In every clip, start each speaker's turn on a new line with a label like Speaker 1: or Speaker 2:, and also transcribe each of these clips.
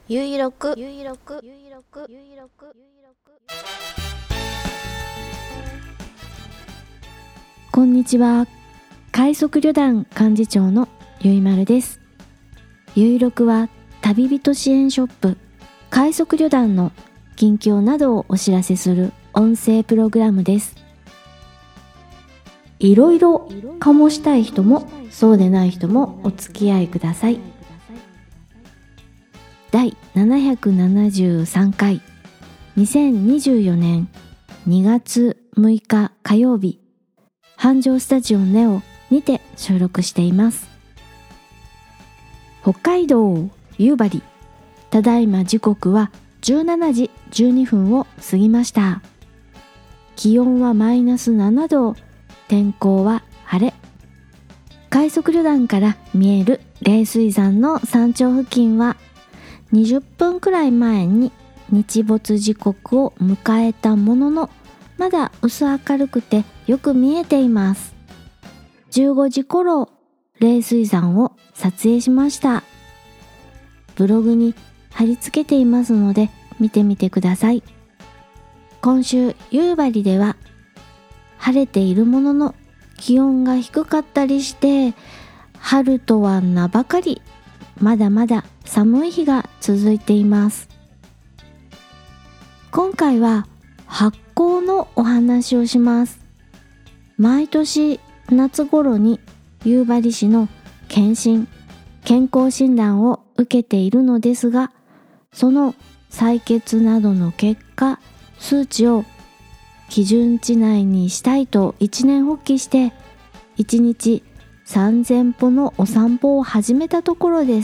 Speaker 1: ゆいろく
Speaker 2: こんにちは。快速旅団幹事長のゆいまるです。ゆいろくは旅人支援ショップ快速旅団の近況などをお知らせする音声プログラムです。いろいろ醸したい人もそうでない人もお付き合いください。第773回2024年2月6日火曜日、繁盛スタジオネオにて収録しています。北海道夕張、ただいま時刻は17時12分を過ぎました。気温はマイナス7度、天候は晴れ。快速旅団から見える冷水山の山頂付近は20分くらい前に日没時刻を迎えたものの、まだ薄明るくてよく見えています。15時頃、冷水山を撮影しました。ブログに貼り付けていますので見てみてください。今週夕張では晴れているものの気温が低かったりして、春とは名ばかりまだまだ寒い日が続いています。今回は発酵のお話をします。毎年夏頃に夕張市の健康診断を受けているのですが、その採血などの結果、数値を基準値内にしたいと一念発起して1日3000歩のお散歩を始めたところです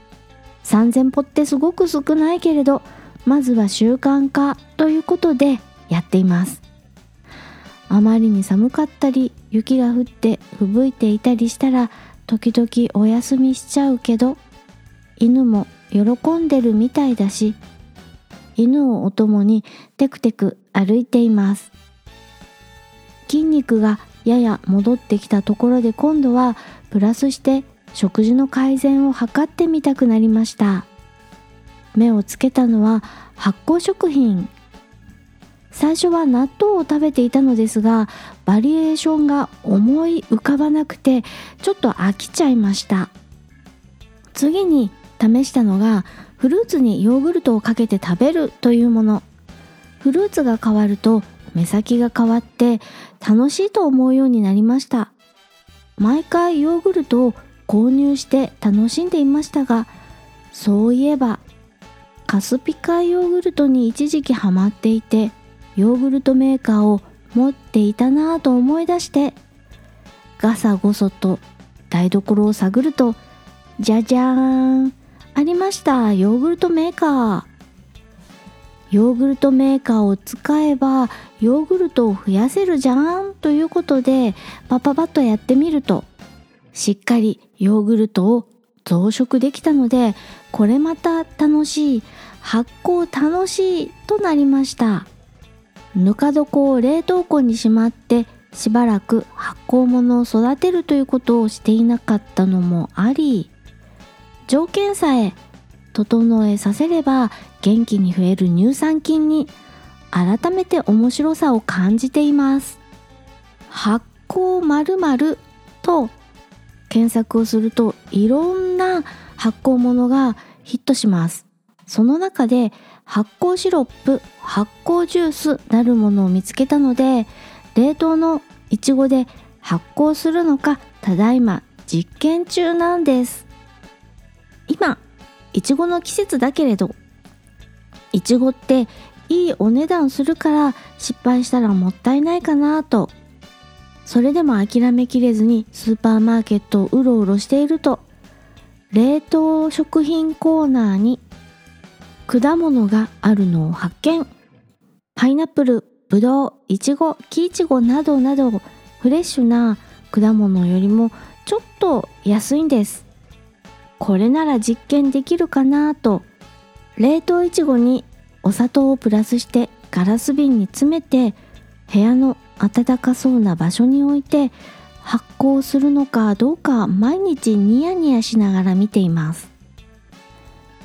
Speaker 2: 。3000歩ってすごく少ないけれど、まずは習慣化ということでやっています。あまりに寒かったり雪が降って吹雪いていたりしたら時々お休みしちゃうけど、犬も喜んでるみたいだし、犬をお供にテクテク歩いています。筋肉がやや戻ってきたところで、今度はプラスして食事の改善を図ってみたくなりました。目をつけたのは発酵食品。最初は納豆を食べていたのですが、バリエーションが思い浮かばなくてちょっと飽きちゃいました。次に試したのがフルーツにヨーグルトをかけて食べるというもの。フルーツが変わると目先が変わって楽しいと思うようになりました。毎回ヨーグルトを購入して楽しんでいましたが、そういえばカスピカヨーグルトに一時期ハマっていて、ヨーグルトメーカーを持っていたなぁと思い出して、ガサゴソと台所を探ると、じゃじゃーん、ありました、ヨーグルトメーカー。ヨーグルトメーカーを使えばヨーグルトを増やせるじゃんということで、パパッとやってみるとしっかりヨーグルトを増殖できたので、これまた楽しい、発酵楽しいとなりました。ぬか床を冷凍庫にしまってしばらく発酵物を育てるということをしていなかったのもあり、条件さえ整えさせれば元気に増える乳酸菌に改めて面白さを感じています。発酵〇〇と検索をするといろんな発酵物がヒットします。その中で発酵シロップ、発酵ジュースなるものを見つけたので、冷凍のいちごで発酵するのかただいま実験中なんです。今いちごの季節だけれど、いちごっていいお値段するから失敗したらもったいないかなと、それでも諦めきれずにスーパーマーケットをうろうろしていると、冷凍食品コーナーに果物があるのを発見。パイナップル、ぶどう、いちご、木いちごなどなどフレッシュな果物よりもちょっと安いんです。これなら実験できるかなと、冷凍いちごにお砂糖をプラスしてガラス瓶に詰めて部屋の暖かそうな場所に置いて発酵するのかどうか毎日ニヤニヤしながら見ています。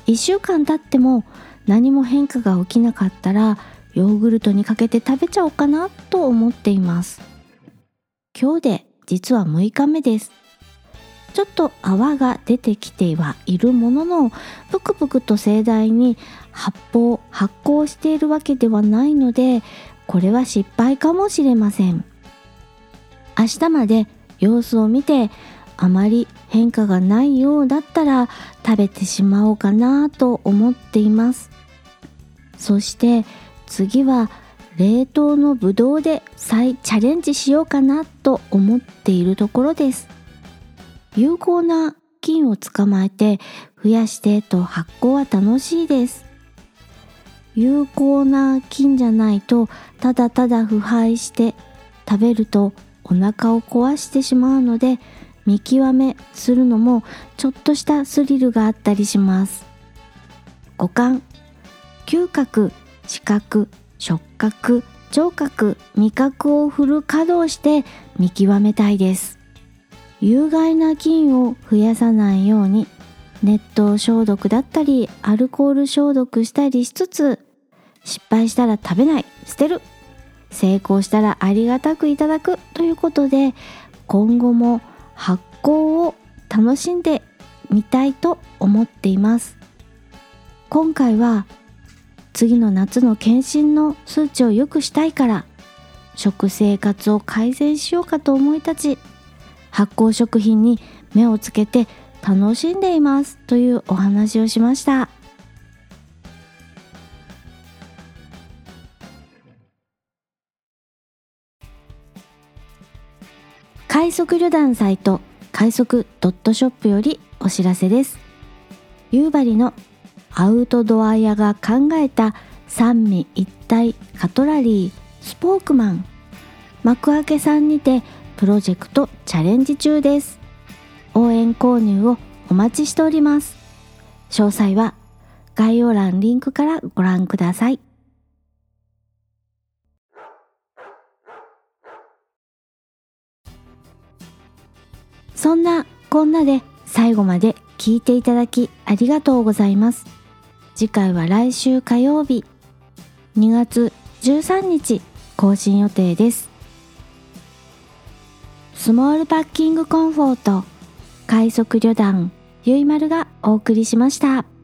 Speaker 2: 1週間経っても何も変化が起きなかったらヨーグルトにかけて食べちゃおうかなと思っています。今日で実は6日目です。ちょっと泡が出てきてはいるものの、ぷくぷくと盛大に発酵しているわけではないので、これは失敗かもしれません。明日まで様子を見て、あまり変化がないようだったら食べてしまおうかなと思っています。そして次は冷凍のぶどうで再チャレンジしようかなと思っているところです。有効な菌を捕まえて増やしてと発酵は楽しいです。有効な菌じゃないとただただ腐敗して食べるとお腹を壊してしまうので、見極めするのもちょっとしたスリルがあったりします。五感、嗅覚、視覚、触覚、聴覚、味覚をフル稼働して見極めたいです。有害な菌を増やさないように熱湯消毒だったりアルコール消毒したりしつつ、失敗したら食べない、捨てる、成功したらありがたくいただくということで、今後も発酵を楽しんでみたいと思っています。今回は次の夏の検診の数値を良くしたいから食生活を改善しようかと思い立ち、発酵食品に目をつけて楽しんでいますというお話をしました。快速旅団サイト快速.shop よりお知らせです。夕張のアウトドア屋が考えた三位一体カトラリースポークマン、幕開けさんにてプロジェクトチャレンジ中です。応援購入をお待ちしております。詳細は概要欄リンクからご覧ください。そんなこんなで最後まで聞いていただきありがとうございます。次回は来週火曜日2月13日更新予定です。スモールパッキングコンフォート快速旅団ゆいまるがお送りしました。